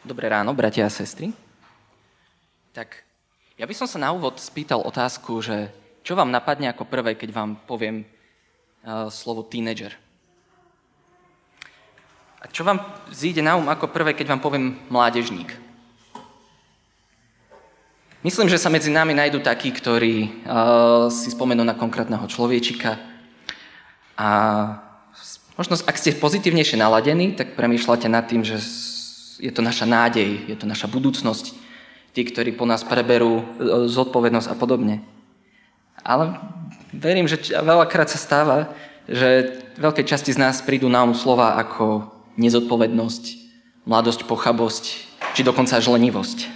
Dobré ráno, bratia a sestry. Tak ja by som sa na úvod spýtal otázku, že čo vám napadne ako prvé, keď vám poviem slovo tínedžer? A čo vám zíde na ako prvé, keď vám poviem mládežník? Myslím, že sa medzi nami nájdú takí, ktorí si spomenú na konkrétneho človečika a možno, ak ste pozitívnejšie naladení, tak premýšľate nad tým, že je to naša nádej, je to naša budúcnosť, tí, ktorí po nás preberú zodpovednosť a podobne. Ale verím, že veľakrát sa stáva, že veľkej časti z nás prídu na slova ako nezodpovednosť, mladosť, pochabosť, či dokonca až lenivosť.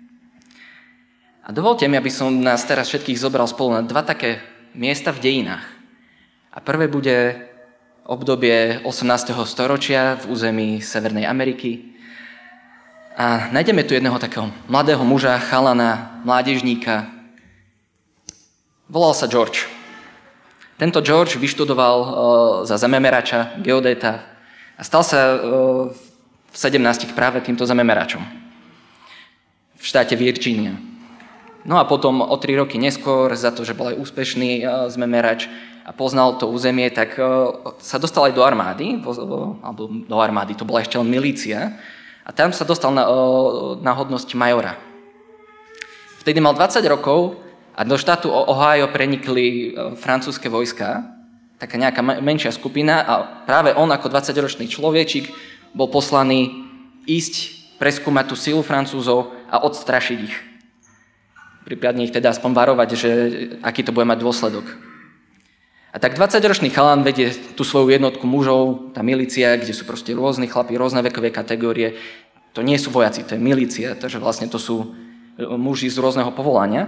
A dovolte mi, aby som nás teraz všetkých zobral spolu na dva také miesta v dejinách. A prvé bude obdobie 18. storočia v území Severnej Ameriky. A nájdeme tu jedného takého mladého muža, chalana, mládežníka. Volal sa George. Tento George vyštudoval za zememerača, geodéta a stal sa v 17 práve týmto zememeračom v štáte Virginia. No a potom o 3 roky neskôr, za to, že bol aj úspešný zememerač a poznal to územie, tak sa dostal aj do armády, alebo do armády, to bola ešte len milícia, a tam sa dostal na hodnosť majora. Vtedy mal 20 rokov a do štátu Ohio prenikli francúzske vojská, taká nejaká menšia skupina a práve on ako 20-ročný človečik bol poslaný ísť preskúmať tú silu Francúzov a odstrašiť ich. Prípadne ich teda aspoň varovať, že aký to bude mať dôsledok. A tak 20-ročný chalan vedie tú svoju jednotku mužov, tá milícia, kde sú proste rôzni chlapi, rôzne vekové kategórie. To nie sú vojaci, to je milícia, takže vlastne to sú muži z rôzneho povolania.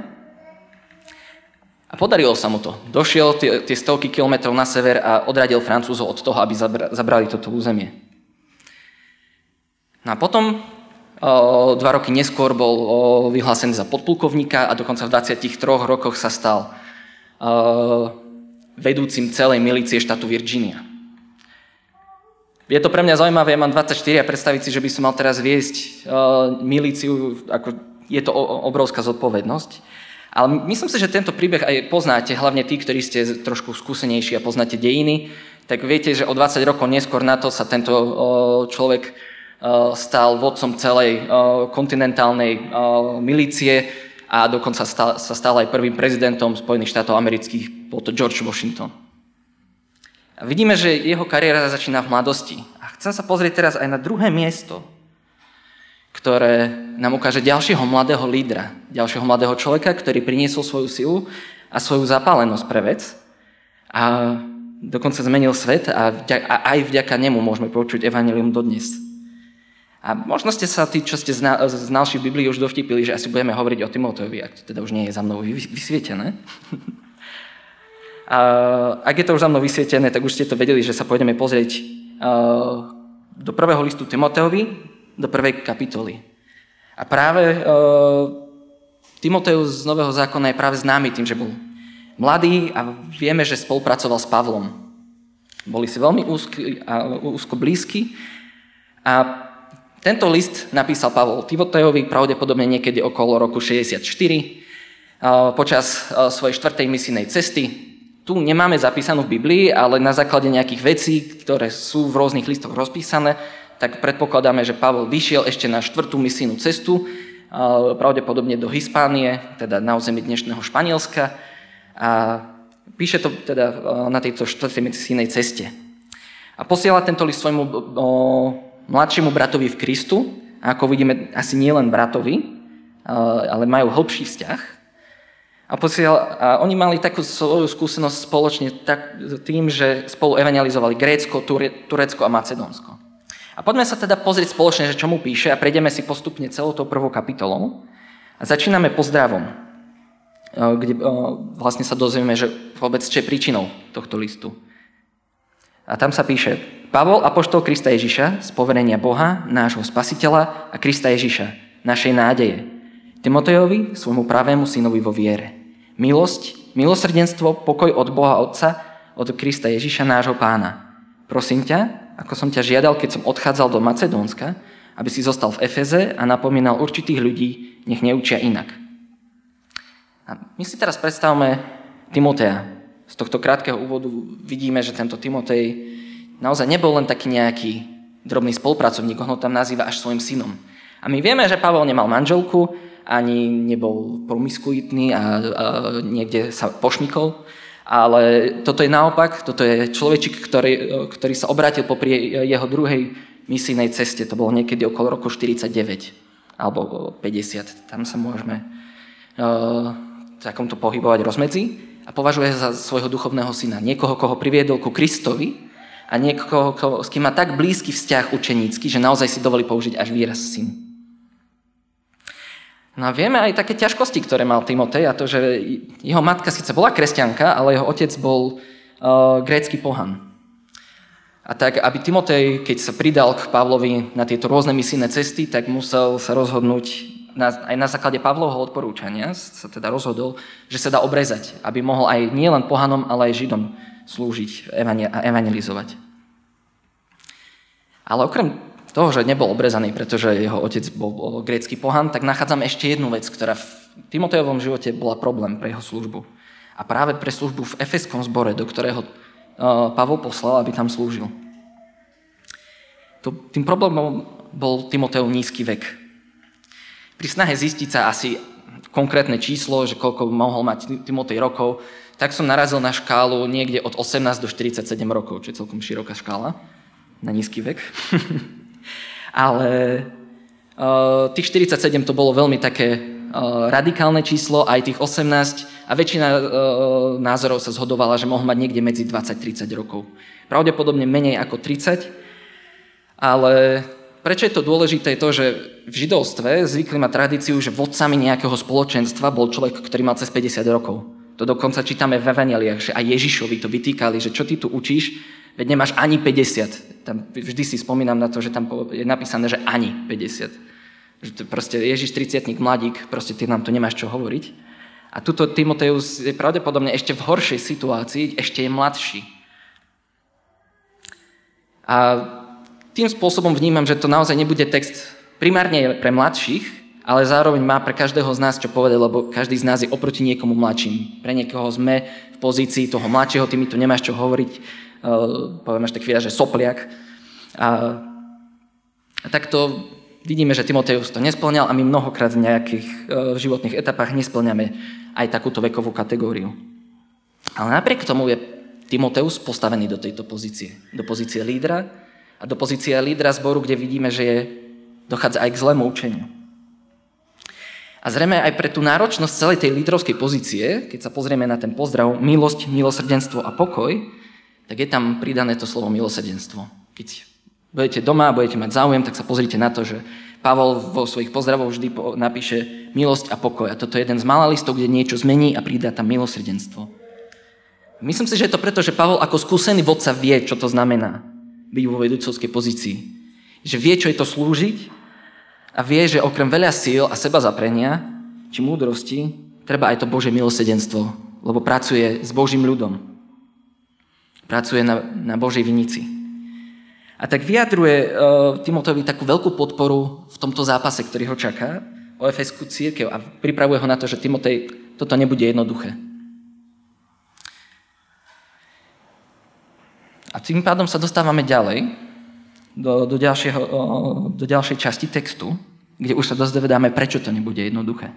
A podarilo sa mu to. Došiel tie stovky kilometrov na sever a odradil Francúzov od toho, aby zabrali toto územie. No a potom 2 roky neskôr bol vyhlásený za podplukovníka a dokonca v 23 rokoch sa stal vedúcim celej milície štátu Virginia. Je to pre mňa zaujímavé, ja mám 24 a predstaviť si, že by som mal teraz viesť milíciu, ako je to obrovská zodpovednosť. Ale myslím si, že tento príbeh aj poznáte, hlavne tí, ktorí ste trošku skúsenejší a poznáte dejiny, tak viete, že o 20 rokov neskôr na to sa tento človek stal vodcom celej kontinentálnej milície a dokonca sa stal aj prvým prezidentom Spojených štátov amerických, bol to George Washington. A vidíme, že jeho kariéra začína v mladosti. A chcem sa pozrieť teraz aj na druhé miesto, ktoré nám ukáže ďalšieho mladého lídra, ďalšieho mladého človeka, ktorý priniesol svoju silu a svoju zapálenosť pre vec a dokonca zmenil svet a aj vďaka nemu môžeme počuť evanjelium dodnes. A možno ste sa tí, čo ste znalší v Biblii, už dovtipili, že asi budeme hovoriť o Timotejovi, ak to teda už nie je za mnou vysvietené. A ak je to už za mnou vysvietené, tak už ste to vedeli, že sa pôjdeme pozrieť do prvého listu Timotejovi, do 1. kapitoly. A práve Timotejus z Nového zákona je práve známy tým, že bol mladý a vieme, že spolupracoval s Pavlom. Boli si veľmi úzko blízki a tento list napísal Pavol Timotejovi pravdepodobne niekedy okolo roku 64 počas svojej 4. misijnej cesty. Tu nemáme zapísanú v Biblii, ale na základe nejakých vecí, ktoré sú v rôznych listoch rozpísané, tak predpokladáme, že Pavol vyšiel ešte na 4. misijnú cestu, pravdepodobne do Hispánie, teda na území dnešného Španielska. A píše to teda na tejto 4. misijnej ceste. A posiela tento list svojmu mladšiemu bratovi v Kristu, a ako vidíme, asi nie len bratovi, ale majú hlbší vzťah. A oni mali takú svoju skúsenosť spoločne tým, že spolu evangelizovali Grécko, Turecko a Macedónsko. A poďme sa teda pozrieť spoločne, že čo mu píše a prejdeme si postupne celou tou 1. kapitolou. A začíname pozdravom, kde vlastne sa dozvieme, že vôbec čo je príčinou tohto listu. A tam sa píše: Pavol, apoštol Krista Ježiša, z poverenia Boha, nášho Spasiteľa a Krista Ježiša, našej nádeje, Timotejovi, svojmu pravému synovi vo viere. Milosť, milosrdenstvo, pokoj od Boha Otca, od Krista Ježiša, nášho Pána. Prosím ťa, ako som ťa žiadal, keď som odchádzal do Macedónska, aby si zostal v Efeze a napomínal určitých ľudí, nech neučia inak. A my si teraz predstavme Timoteja. Z tohto krátkeho úvodu vidíme, že tento Timotej naozaj nebol len taký nejaký drobný spolupracovník, on ho tam nazýva až svojim synom. A my vieme, že Pavol nemal manželku, ani nebol promiskuitný a niekde sa pošmykol, ale toto je naopak, toto je človečík, ktorý sa obrátil popri jeho druhej misijnej ceste, to bolo niekedy okolo roku 49 alebo 50, tam sa môžeme takomto pohybovať rozmedzi a považuje za svojho duchovného syna, niekoho, koho priviedol ku Kristovi a niekoho, s kým má tak blízky vzťah učenícky, že naozaj si dovolí použiť až výraz syn. No a vieme aj také ťažkosti, ktoré mal Timotej, a to, že jeho matka síce bola kresťanka, ale jeho otec bol grécky pohan. A tak, aby Timotej, keď sa pridal k Pavlovi na tieto rôzne misijné cesty, tak musel sa rozhodnúť, aj na základe Pavlovho odporúčania sa teda rozhodol, že sa dá obrezať, aby mohol aj nielen pohanom, ale aj Židom slúžiť a evangelizovať. Ale okrem toho, že nebol obrezaný, pretože jeho otec bol grécky pohan, tak nachádzame ešte jednu vec, ktorá v Timotejovom živote bola problém pre jeho službu. A práve pre službu v Efeskom zbore, do ktorého Pavol poslal, aby tam slúžil. Tým problémom bol Timotejov nízky vek. Pri snahe zistiť sa asi konkrétne číslo, že koľko mohol mať Timotej rokov, tak som narazil na škálu niekde od 18 do 47 rokov, čo je celkom široká škála na nízky vek. Ale tých 47 to bolo veľmi také radikálne číslo, aj tých 18 a väčšina názorov sa zhodovala, že mohol mať niekde medzi 20-30 rokov. Pravdepodobne menej ako 30, ale prečo je to dôležité je to, že v židovstve zvykli mať tradíciu, že vodcami nejakého spoločenstva bol človek, ktorý mal cez 50 rokov. To dokonca čítame v evanjeliách, že aj Ježišovi to vytýkali, že čo ty tu učíš, veď nemáš ani 50. Tam vždy si spomínam na to, že tam je napísané, že ani 50. Že to proste Ježiš 30-tník, mladík, proste ty nám to nemáš čo hovoriť. A tuto Timoteus je pravdepodobne ešte v horšej situácii, ešte je mladší. A tým spôsobom vnímam, že to naozaj nebude text primárne pre mladších, ale zároveň má pre každého z nás čo povedať, lebo každý z nás je oproti niekomu mladším. Pre niekoho sme v pozícii toho mladšieho, ty mi tu nemáš čo hovoriť, poviem až tak výraz, že sopliak. A takto vidíme, že Timoteus to nespĺňal a my mnohokrát v nejakých životných etapách nespĺňame aj takúto vekovú kategóriu. Ale napriek tomu je Timoteus postavený do tejto pozície. Do pozície lídra a do pozície lídra zboru, kde vidíme, že dochádza aj k zlému učeniu. A zrejme aj pre tú náročnosť celej tej lídrovskej pozície, keď sa pozrieme na ten pozdrav milosť, milosrdenstvo a pokoj, tak je tam pridané to slovo milosrdenstvo. Keď budete doma a budete mať záujem, tak sa pozrite na to, že Pavol vo svojich pozdravoch vždy napíše milosť a pokoj. A toto je jeden z mála listov, kde niečo zmení a pridá tam milosrdenstvo. Myslím si, že je to preto, že Pavol ako skúsený vodca vie, čo to znamená byť vo vedúcovskej pozícii. Že vie, čo je to slúžiť a vie, že okrem veľa síl a seba zaprenia či múdrosti treba aj to Božie milosrdenstvo, lebo pracuje s Božím ľudom. Pracuje na Božej vinici. A tak vyjadruje Timotejovi takú veľkú podporu v tomto zápase, ktorý ho čaká o Efeskú cirkev a pripravuje ho na to, že Timotej, toto nebude jednoduché. A tým pádom sa dostávame ďalej do ďalšej časti textu, kde už sa dozvedáme, prečo to nebude jednoduché.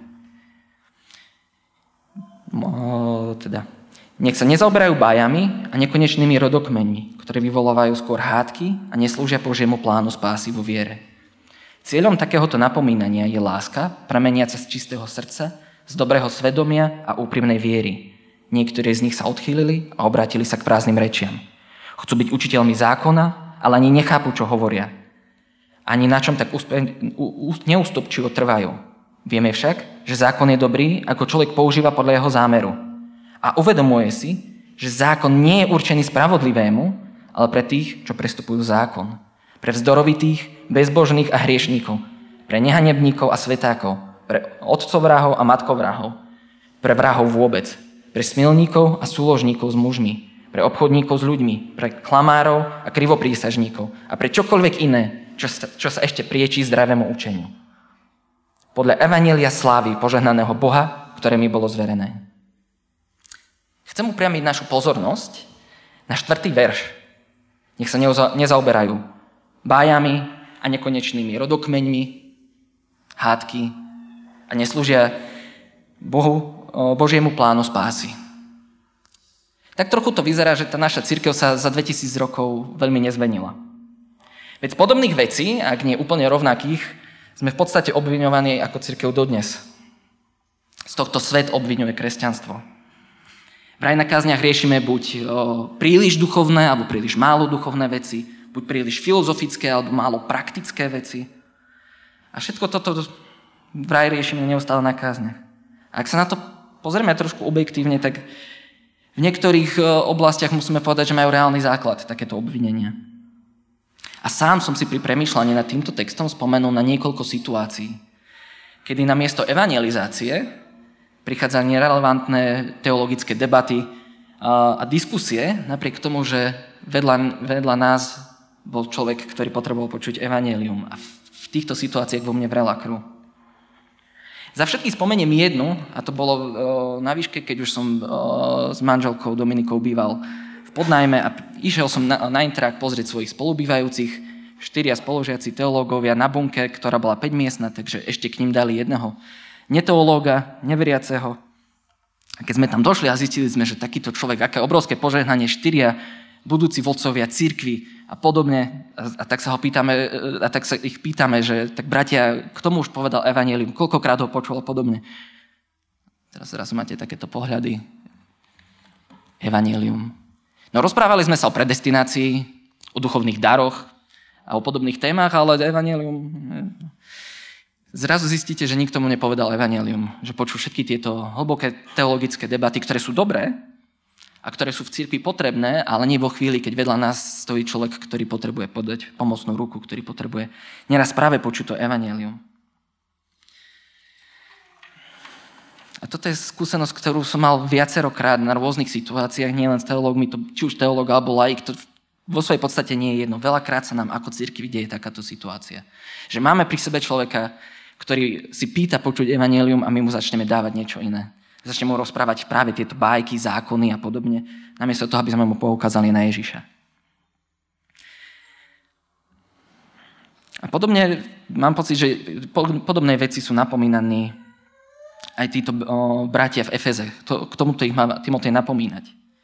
Nech sa nezaoberajú bájami a nekonečnými rodokmeňmi, ktoré vyvolávajú skôr hádky a neslúžia Božiemu plánu spásy vo viere. Cieľom takéhoto napomínania je láska, prameniaca z čistého srdca, z dobrého svedomia a úprimnej viery. Niektorí z nich sa odchýlili a obrátili sa k prázdnym rečiam. Chcú byť učiteľmi zákona, ale ani nechápu, čo hovoria. Ani na čom tak neústupčivo trvajú. Vieme však, že zákon je dobrý, ako človek používa podľa jeho zámeru. A uvedomuje si, že zákon nie je určený spravodlivému, ale pre tých, čo prestupujú zákon. Pre vzdorovitých, bezbožných a hriešníkov. Pre nehanebníkov a svetákov. Pre otcovrahov a matkovrahov. Pre vrahov vôbec. Pre smilníkov a súložníkov s mužmi. Pre obchodníkov s ľuďmi. Pre klamárov a krivoprísažníkov. A pre čokoľvek iné, čo sa ešte priečí zdravému učeniu. Podľa evanjelia slávy požehnaného Boha, ktoré mi bolo zverené. Chcem upriamiť našu pozornosť na 4. verš. Nech sa nezaoberajú bájami a nekonečnými rodokmeňmi, hádky a neslúžia Božiemu plánu spásy. Tak trochu to vyzerá, že tá naša cirkev sa za 2000 rokov veľmi nezmenila. Veď z podobných vecí, ak nie úplne rovnakých, sme v podstate obviňovaní ako cirkev dodnes. Z tohto svet obviňuje kresťanstvo. Vraj na kázniach riešime buď príliš duchovné, alebo príliš málo duchovné veci, buď príliš filozofické, alebo málo praktické veci. A všetko toto vraj riešime neustále na kázniach. A ak sa na to pozrieme trošku objektívne, tak v niektorých oblastiach musíme povedať, že majú reálny základ takéto obvinenia. A sám som si pri premýšľaní nad týmto textom spomenul na niekoľko situácií, kedy namiesto evangelizácie prichádzali nerelevantné teologické debaty a diskusie, napriek tomu, že vedľa nás bol človek, ktorý potreboval počuť evanjelium. A v týchto situáciách vo mne vrela krv. Za všetky spomeniem jednu, a to bolo na výške, keď už som s manželkou Dominikou býval v podnájme a išiel som na Interák pozrieť svojich spolubývajúcich, 4 spolužiaci teológovia na bunke, ktorá bola 5-miestna, takže ešte k ním dali jedného neteológa, neveriaceho. A keď sme tam došli a zistili sme, že takýto človek, aké obrovské požehnanie, 4 budúci vodcovia cirkvi a podobne, a tak sa ich pýtame, že tak bratia, k tomu už povedal evanjelium, koľkokrát ho počul a podobne. Teraz zrazu máte takéto pohľady. Evanjelium. No rozprávali sme sa o predestinácii, o duchovných daroch a o podobných témach, ale evanjelium... Zrazu zistíte, že nikto mu nepovedal evanjelium, že počul všetky tieto hlboké teologické debaty, ktoré sú dobré a ktoré sú v cirkvi potrebné, ale nie vo chvíli, keď vedľa nás stojí človek, ktorý potrebuje podať pomocnú ruku, ktorý potrebuje neraz práve počuť to evanjelium. A toto je skúsenosť, ktorú som mal viacerokrát na rôznych situáciách, nielen s teológmi, či už teológ alebo laik, to vo svojej podstate nie je jedno. Veľakrát sa nám ako cirkvi deje takáto situácia. Že máme pri sebe človeka, ktorý si pýta počuť evanjelium a my mu začneme dávať niečo iné. Začneme mu rozprávať práve tieto bájky, zákony a podobne, namiesto toho, aby sme mu poukázali na Ježiša. A podobne mám pocit, že podobné veci sú napomínaní aj títo bratia v Efeze. K tomuto ich má Timotej napomínať.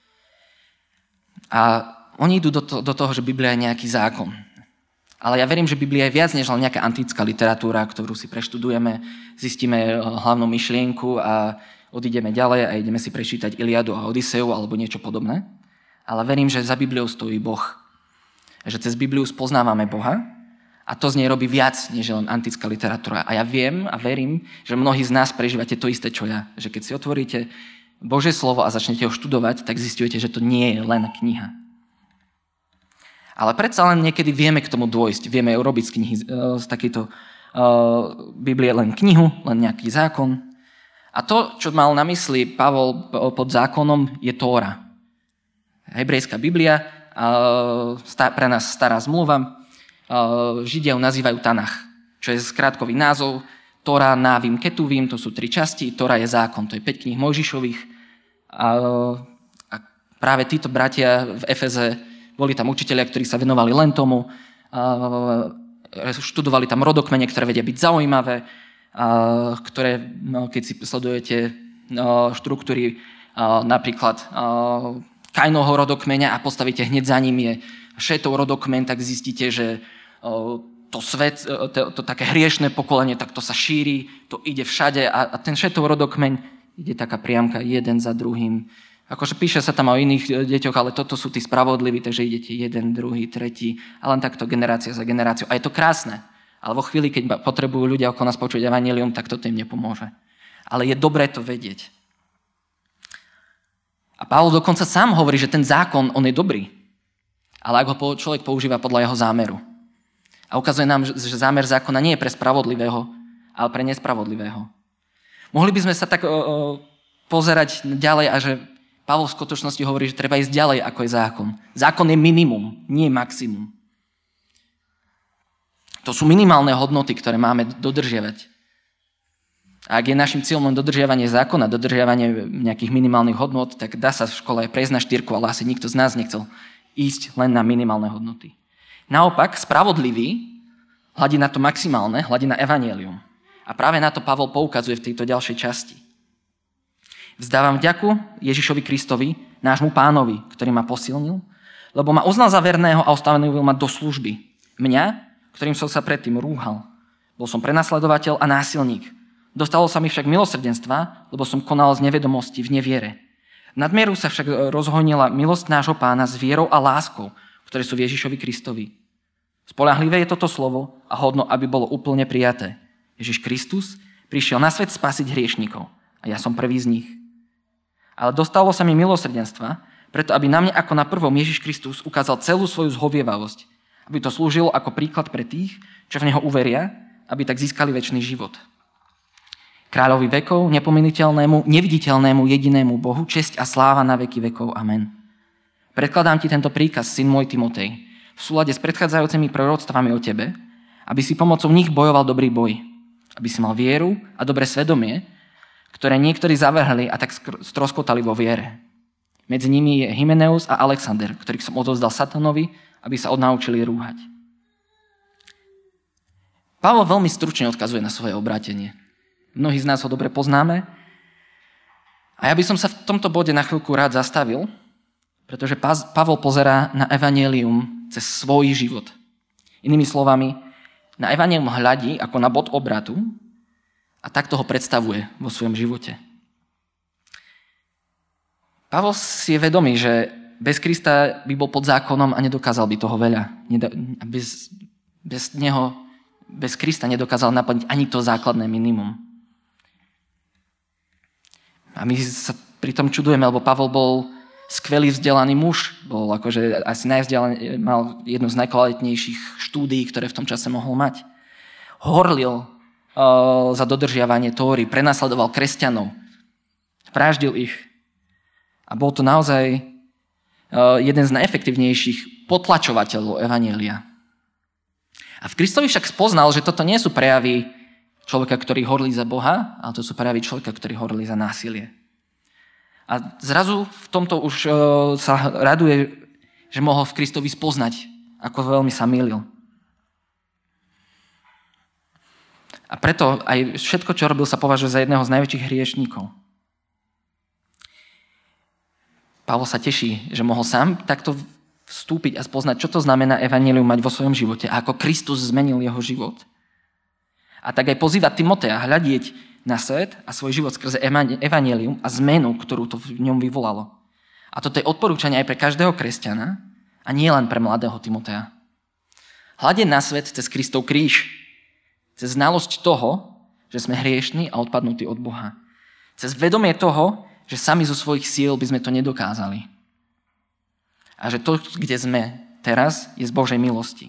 A oni idú do toho, že Biblia je nejaký zákon. Ale ja verím, že Biblia je viac než len nejaká antická literatúra, ktorú si preštudujeme, zistíme hlavnú myšlienku a odídeme ďalej a ideme si prečítať Iliadu a Odyseu alebo niečo podobné. Ale verím, že za Bibliou stojí Boh. Že cez Bibliu spoznávame Boha a to z nej robí viac než len antická literatúra. A ja viem a verím, že mnohí z nás prežívate to isté, čo ja. Že keď si otvoríte Božie slovo a začnete ho študovať, tak zistíte, že to nie je len kniha. Ale predsa len niekedy vieme k tomu dôjsť. Vieme urobiť z knihy, z takejto Biblie len knihu, len nejaký zákon. A to, čo mal na mysli Pavol pod zákonom, je Tóra. Hebrejská Biblia, pre nás stará zmluva, Židia ju nazývajú Tanach, čo je skrátkový názov. Tóra, Návim, Ketuvim, to sú 3 časti. Tóra je zákon, to je 5 kníh Mojžišových. A práve títo bratia v Efeze, boli tam učitelia, ktorí sa venovali len tomu. Študovali tam rodokmene, ktoré vedia byť zaujímavé, ktoré, keď si sledujete štruktúry napríklad Kainovho rodokmeňa a postavíte hneď za ním je Šétov rodokmeň, tak zistíte, že to také hriešne pokolenie, tak to sa šíri, to ide všade a ten Šétov rodokmeň ide taká priamka jeden za druhým. Akože píše sa tam o iných deťoch, ale toto sú tí spravodliví, takže idete jeden, druhý, tretí a len takto generácia za generáciou. A je to krásne, ale vo chvíli, keď potrebujú ľudia okolo nás počuť evanjelium, tak toto im nepomôže. Ale je dobré to vedieť. A Pavol dokonca sám hovorí, že ten zákon, on je dobrý, ale ak ho človek používa podľa jeho zámeru. A ukazuje nám, že zámer zákona nie je pre spravodlivého, ale pre nespravodlivého. Mohli by sme sa tak pozerať ďalej a že Pavol v skutočnosti hovorí, že treba ísť ďalej, ako je zákon. Zákon je minimum, nie maximum. To sú minimálne hodnoty, ktoré máme dodržiavať. A ak je našim cieľom dodržiavanie zákona, dodržiavanie nejakých minimálnych hodnot, tak dá sa v škole aj prejsť na 4, ale asi nikto z nás nechcel ísť len na minimálne hodnoty. Naopak, spravodlivý hľadí na to maximálne, hľadí na evanjelium. A práve na to Pavol poukazuje v tejto ďalšej časti. Vzdávam vďaku Ježišovi Kristovi, nášmu pánovi, ktorý ma posilnil, lebo ma uznal za verného a ustanovil ma do služby. Mňa, ktorým som sa predtým rúhal. Bol som prenasledovateľ a násilník. Dostalo sa mi však milosrdenstva, lebo som konal z nevedomosti v neviere. Nadmieru sa však rozhojnila milosť nášho pána s vierou a láskou, ktoré sú v Ježišovi Kristovi. Spoľahlivé je toto slovo a hodno, aby bolo úplne prijaté. Ježiš Kristus prišiel na svet spasiť hriešnikov a ja som prvý z nich. Ale dostalo sa mi milosrdenstva, preto aby na mne ako na prvom Ježiš Kristus ukázal celú svoju zhovievavosť, aby to slúžilo ako príklad pre tých, čo v neho uveria, aby tak získali večný život. Kráľovi vekov, nepominuteľnému, neviditeľnému, jedinému Bohu, česť a sláva na veky vekov. Amen. Predkladám ti tento príkaz, syn môj Timotej, v súlade s predchádzajúcimi proroctvami o tebe, aby si pomocou nich bojoval dobrý boj, aby si mal vieru a dobré svedomie, ktoré niektorí zavrhli a tak stroskotali vo viere. Medzi nimi je Hymeneus a Alexander, ktorých som odovzdal Satanovi, aby sa odnaučili rúhať. Pavol veľmi stručne odkazuje na svoje obrátenie. Mnohí z nás ho dobre poznáme. A ja by som sa v tomto bode na chvíľku rád zastavil, pretože Pavol pozerá na evanjelium cez svoj život. Inými slovami, na evanjelium hľadí ako na bod obratu a takto ho predstavuje vo svojom živote. Pavol si je vedomý, že bez Krista by bol pod zákonom a nedokázal by toho veľa. Bez neho, bez Krista nedokázal naplniť ani to základné minimum. A my sa pri tom čudujeme, lebo Pavol bol skvelý vzdelaný muž, bol akože asi mal jednu z najkvalitnejších štúdií, ktoré v tom čase mohol mať. Horlil za dodržiavanie Tóry, prenasledoval kresťanov, vraždil ich. A bol to naozaj jeden z najefektívnejších potlačovateľov evanjelia. A v Kristovi však spoznal, že toto nie sú prejavy človeka, ktorý horlí za Boha, ale to sú prejavy človeka, ktorý horlí za násilie. A zrazu v tomto už sa raduje, že mohol v Kristovi spoznať, ako veľmi sa mýlil. A preto aj všetko, čo robil, sa považuje za jedného z najväčších hriešníkov. Pavol sa teší, že mohol sám takto vstúpiť a spoznať, čo to znamená evanjelium mať vo svojom živote a ako Kristus zmenil jeho život. A tak aj pozýva Timotea hľadieť na svet a svoj život skrze evanjelium a zmenu, ktorú to v ňom vyvolalo. A toto je odporúčanie aj pre každého kresťana a nie len pre mladého Timotea. Hľadieť na svet cez Kristov kríž, cez znalosť toho, že sme hriešni a odpadnutí od Boha. Cez vedomie toho, že sami zo svojich síl by sme to nedokázali. A že to, kde sme teraz, je z Božej milosti.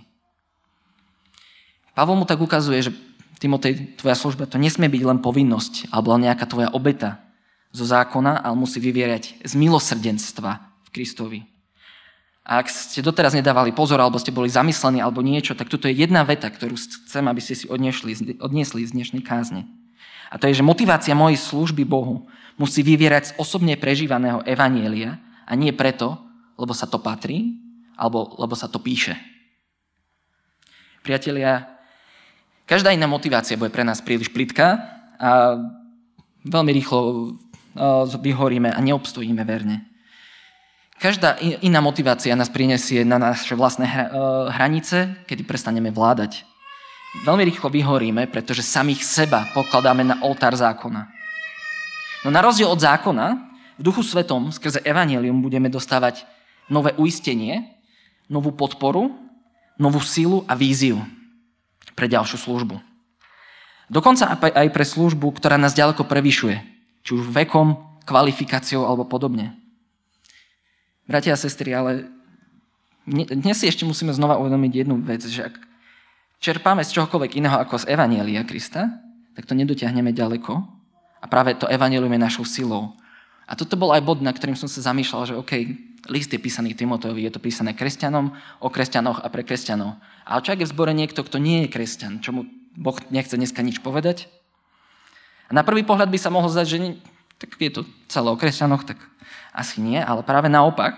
Pavol mu tak ukazuje, že Timotej, tvoja služba, to nesmie byť len povinnosť alebo nejaká tvoja obeta zo zákona, ale musí vyvierať z milosrdenstva v Kristovi. A ak ste doteraz nedávali pozor, alebo ste boli zamyslení, alebo niečo, tak toto je jedna veta, ktorú chcem, aby ste si odniesli z dnešnej kázne. A to je, že motivácia mojej služby Bohu musí vyvierať z osobne prežívaného evanjelia a nie preto, lebo sa to patrí, alebo lebo sa to píše. Priatelia, každá iná motivácia bude pre nás príliš plitká a veľmi rýchlo vyhoríme a neobstojíme verne. Každá iná motivácia nás prinesie na naše vlastné hranice, kedy prestaneme vládať. Veľmi rýchlo vyhoríme, pretože samých seba pokladáme na oltár zákona. No na rozdiel od zákona, v Duchu Svetom skrze evanjelium budeme dostávať nové uistenie, novú podporu, novú silu a víziu pre ďalšiu službu. Dokonca aj pre službu, ktorá nás ďaleko prevyšuje, či už vekom, kvalifikáciou alebo podobne. Bratia a sestry, ale dnes si ešte musíme znova uvedomiť jednu vec, že ak čerpáme z čohokoľvek iného ako z evanjelia Krista, tak to nedotiahneme ďaleko a práve to evanjelium je našou silou. A toto bol aj bod, na ktorým som sa zamýšľal, že OK, List je písaný Timotejovi, je to písané kresťanom, o kresťanoch a pre kresťanov. Ale čo ak je v zbore niekto, kto nie je kresťan, čo mu Boh nechce dneska nič povedať? A na prvý pohľad by sa mohol zdať, že tak je to celé o kresťanoch, tak asi nie, ale práve naopak.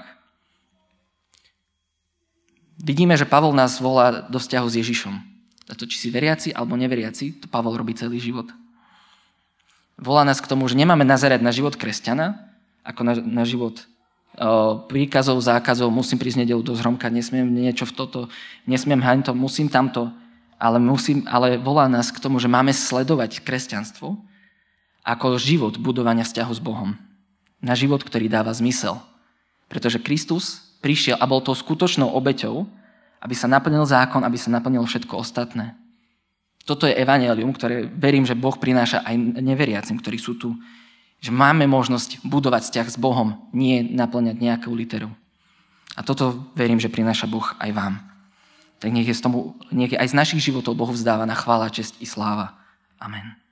Vidíme, že Pavol nás volá do vzťahu s Ježišom. A to, či si veriaci alebo neveriaci, to Pavol robí celý život. Volá nás k tomu, že nemáme nazerať na život kresťana, ako na život príkazov, zákazov, musím prísť nedeľu do zhromka, nesmiem niečo v toto, nesmiem haňto, musím tamto, ale volá nás k tomu, že máme sledovať kresťanstvo ako život budovania vzťahu s Bohom. Na život, ktorý dáva zmysel. Pretože Kristus prišiel a bol tou skutočnou obeťou, aby sa naplnil zákon, aby sa naplnilo všetko ostatné. Toto je evanjelium, ktoré verím, že Boh prináša aj neveriacim, ktorí sú tu. Že máme možnosť budovať vzťah s Bohom, nie naplňať nejakú literu. A toto verím, že prináša Boh aj vám. Tak nech je aj z našich životov Bohu vzdávaná chvála, česť i sláva. Amen.